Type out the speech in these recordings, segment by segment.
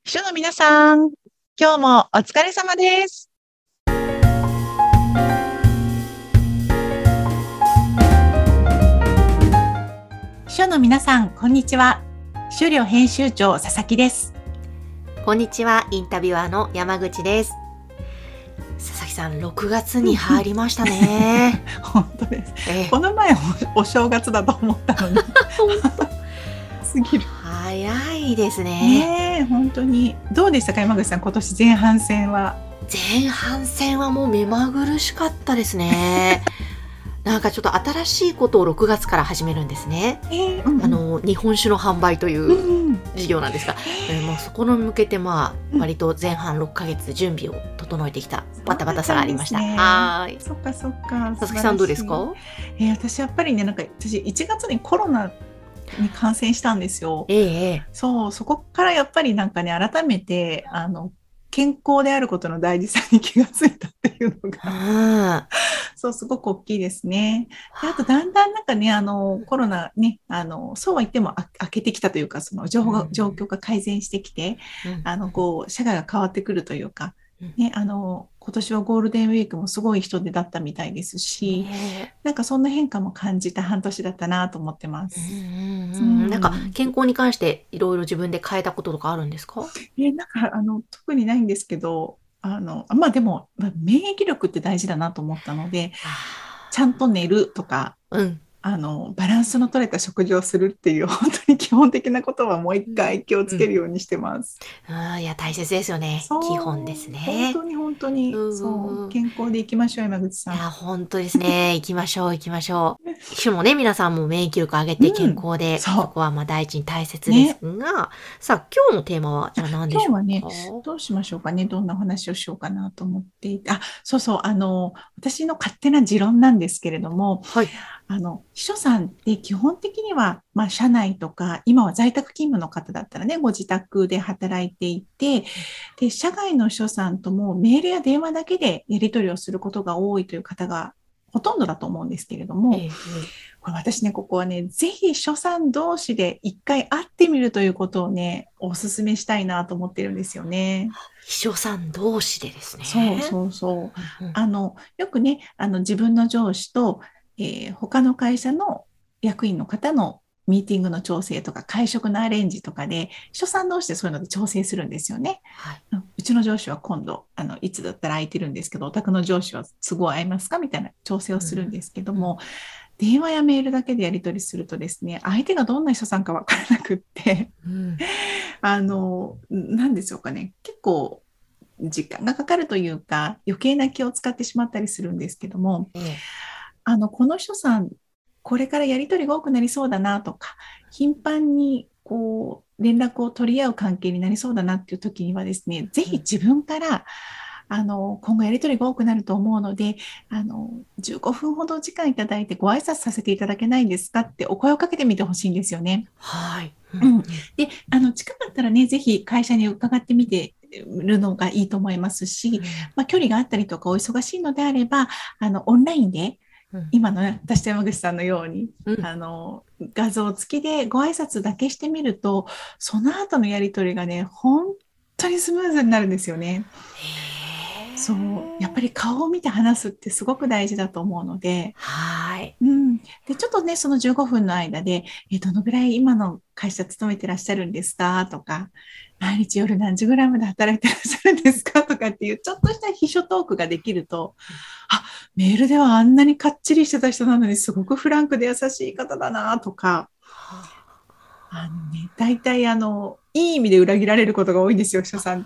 秘書の皆さん、今日もお疲れ様です。秘書の皆さん、こんにちは。秘書寮編集長佐々木です。 こんにちは、インタビュアーの山口です。佐々木さん、6月に入りましたね。 本当です。この前お正月だと思ったのに本当すぎる。 早いですね。 ねえ、本当に。どうでしたか、山口さん、今年前半戦は。 前半戦はもう目まぐるしかったですね。なんかちょっと新しいことを6月から始めるんですね。日本酒の販売という事業なんですが、もうそこに向けて割と前半6ヶ月準備を整えてきたバタバタさがありました。 はい。そっかそっか。 佐々木さんどうですか？ 私やっぱりね、私1月にコロナに感染したんですよ。そこからやっぱり改めて健康であることの大事さに気がついたっていうのがすごく大きいですね。で、あとだんだんコロナね、そうは言っても明けてきたというか、その状況が改善してきて、社会が変わってくるというか、ね、今年はゴールデンウィークもすごい人出だったみたいですし、そんな変化も感じた半年だったなと思ってます。 なんか健康に関していろいろ自分で変えたこととかあるんですか？ 特にないんですけど、でも、免疫力って大事だなと思ったので、ちゃんと寝るとか、バランスの取れた食事をするっていう本当に基本的なことはもう一回気をつけるようにしてます。 いや、大切ですよね。基本ですね。 本当に健康でいきましょう、山口さん。 いや、本当ですね。行きましょう。秘書もね、皆さんも免疫力上げて健康で、そこは第一に大切ですが、さあ、今日のテーマはじゃあ何でしょうか？ 今日はね、どうしましょうかね。どんなお話をしようかなと思っていて、私の勝手な持論なんですけれども、秘書さんって基本的には、社内とか、今は在宅勤務の方だったらね、ご自宅で働いていて、で、社外の秘書さんともメールや電話だけでやり取りをすることが多いという方がほとんどだと思うんですけれども、これ私ね、ここはね、ぜひ秘書さん同士で一回会ってみるということをね、お勧めしたいなと思ってるんですよね。 秘書さん同士でですね。 よくね、自分の上司と、他の会社の役員の方のミーティングの調整とか会食のアレンジとかで秘書さん同士でそういうので調整するんですよね。うちの上司は今度いつだったら空いてるんですけど、お宅の上司は都合合いますかみたいな調整をするんですけども、電話やメールだけでやり取りするとですね、相手がどんな秘書さんか分からなくって何でしょうかね、結構時間がかかるというか余計な気を使ってしまったりするんですけども、この秘書さんこれからやり取りが多くなりそうだなとか、頻繁に連絡を取り合う関係になりそうだなっていう時にはですね、ぜひ自分から今後やり取りが多くなると思うので、15分ほど時間いただいてご挨拶させていただけないですかってお声をかけてみてほしいんですよね。で、近かったらね、ぜひ会社に伺ってみてるのがいいと思いますし、距離があったりとかお忙しいのであれば、オンラインで、今のね、私と山口さんのように、画像付きでご挨拶だけしてみると、その後のやり取りがね、本当にスムーズになるんですよね。やっぱり顔を見て話すってすごく大事だと思うので、でちょっとね、その15分の間で、どのぐらい今の会社勤めてらっしゃるんですかとか、毎日夜何時ぐらいまで働いてらっしゃるんですかとかっていうちょっとした秘書トークができると、メールではあんなにかっちりしてた人なのにすごくフランクで優しい方だなとか、大体いい意味で裏切られることが多いんですよ、秘書さんって。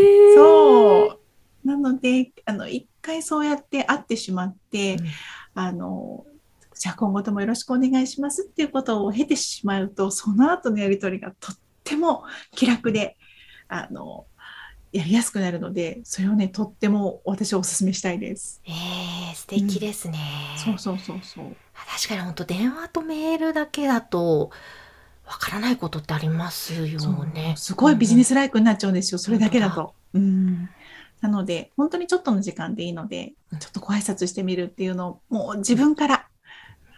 なので一回そうやって会ってしまって、じゃあ今後ともよろしくお願いしますっていうことを経てしまうと、その後のやり取りがとっても気楽でやりやすくなるので、それをね、とっても私はお勧めしたいです。 素敵ですね。確かに本当電話とメールだけだとわからないことってありますよね。 すごいビジネスライクになっちゃうんですよ、それだけだと。なので、本当にちょっとの時間でいいので、ちょっとご挨拶してみるっていうのを、もう自分から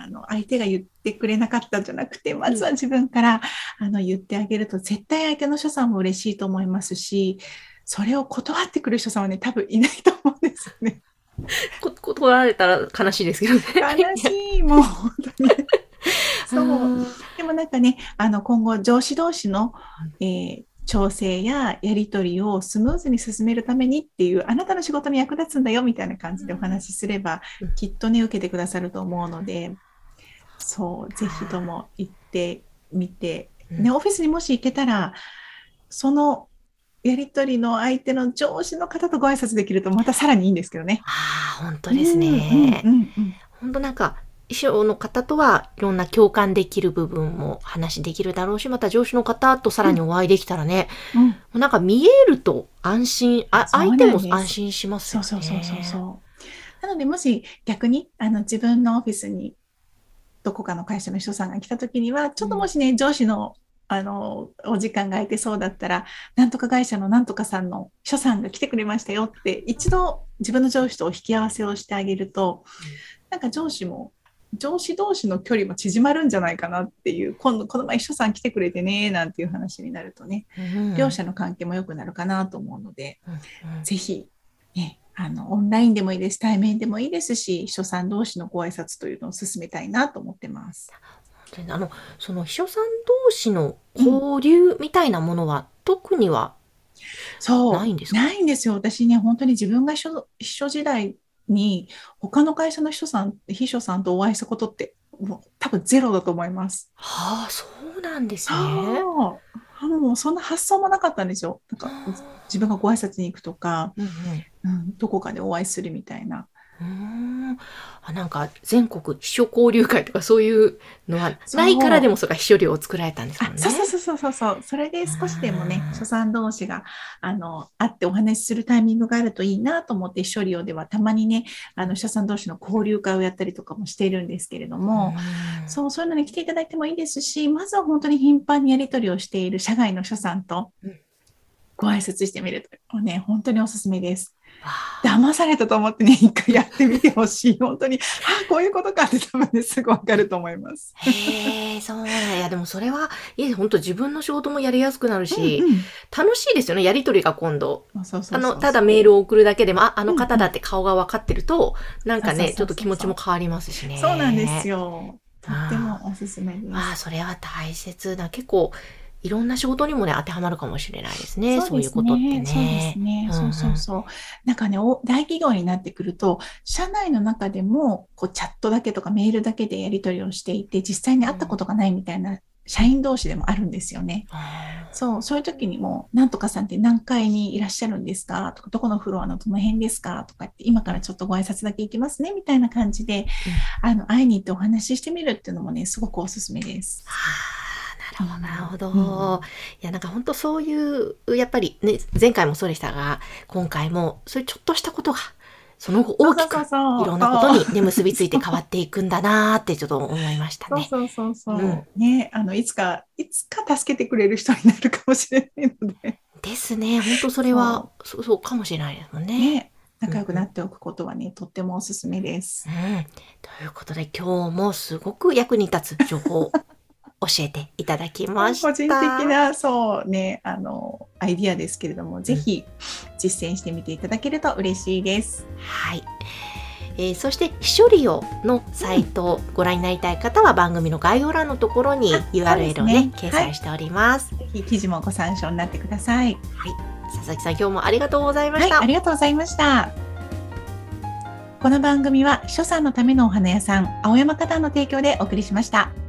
相手が言ってくれなかったんじゃなくて、まずは自分から言ってあげると、絶対相手の所さんも嬉しいと思いますし、それを断ってくる所さんはね、多分いないと思うんですよね。 断られたら悲しいですけどね。 悲しい、もう本当に。そう。でもなんかね、今後上司同士の、調整ややり取りをスムーズに進めるためにっていう、あなたの仕事に役立つんだよみたいな感じでお話しすれば、きっとね、受けてくださると思うので、そう、ぜひとも行ってみて、ね、オフィスにもし行けたら、そのやり取りの相手の上司の方とご挨拶できるとまたさらにいいんですけどね。 本当ですね。本当なんか、秘書の方とはいろんな共感できる部分も話できるだろうし、また上司の方とさらにお会いできたらね、なんか見えると安心、相手も安心しますよね。 なので、もし逆に自分のオフィスにどこかの会社の秘書さんが来た時には、ちょっともしね、上司のお時間が空いてそうだったら、なんとか会社のなんとかさんの秘書さんが来てくれましたよって、一度自分の上司と引き合わせをしてあげると、なんか上司同士の距離も縮まるんじゃないかなっていう、この前秘書さん来てくれてね、なんていう話になるとね、両者の関係も良くなるかなと思うので、ぜひ、ね、オンラインでもいいです、対面でもいいですし、秘書さん同士のご挨拶というのを進めたいなと思ってます。 その秘書さん同士の交流みたいなものは特にはないんですか？ ないんですよ。私ね、本当に自分が秘書時代に他の会社の秘書さんとお会いしたことってもう多分ゼロだと思います。 そうなんですね。 もうそんな発想もなかったんですよ。なんか自分がご挨拶に行くとか、どこかでお会いするみたいな。 なんか全国秘書交流会とかそういうのはないからでも、秘書寮を作られたんですもんね。 そう。それで少しでもね、秘書さん同士が会ってお話しするタイミングがあるといいなと思って、秘書寮ではたまにね、秘書さん同士の交流会をやったりとかもしているんですけれども、そういうのに来ていただいてもいいですし、まずは本当に頻繁にやり取りをしている社外の秘書さんとご挨拶してみるとね、本当におすすめです。騙されたと思ってね、一回やってみてほしい。本当に、こういうことかって多分ね、すぐわかると思います。 そうなんだ。いや、でもそれは、本当自分の仕事もやりやすくなるし、楽しいですよね、やりとりが今度。ただメールを送るだけでも、あの方だって顔が分かってると、なんかね、ちょっと気持ちも変わりますしね。 そうなんですよ。とってもおすすめです。 それは大切だ。結構、いろんな仕事にもね、当てはまるかもしれないですね。そういうことってね。 そうですね。なんかね、大企業になってくると、社内の中でも、チャットだけとかメールだけでやり取りをしていて、実際に会ったことがないみたいな社員同士でもあるんですよね。そういう時にも、なんとかさんって何階にいらっしゃるんですかとか、どこのフロアのどの辺ですかとかって、今からちょっとご挨拶だけ行きますねみたいな感じで、会いに行ってお話ししてみるっていうのもね、すごくおすすめです。 なるほど。いや、なんか本当そういう、やっぱりね、前回もそうでしたが、今回もそういうちょっとしたことが、その後大きくいろんなことにね、結びついて変わっていくんだなーってちょっと思いましたね。 ね、いつか助けてくれる人になるかもしれないので。 ですね。本当それは、そうかもしれないですもんね。 仲良くなっておくことはね、とってもおすすめです。 ということで、今日もすごく役に立つ情報教えていただきました。 個人的なアイディアですけれども、ぜひ実践してみていただけると嬉しいです。 はい。そして秘書利用のサイトをご覧になりたい方は番組の概要欄のところに URL をね、掲載しております。 ぜひ記事もご参照になってください。 佐々木さん、今日もありがとうございました。 ありがとうございました。この番組は秘書さんのためのお花屋さん、青山花壇の提供でお送りしました。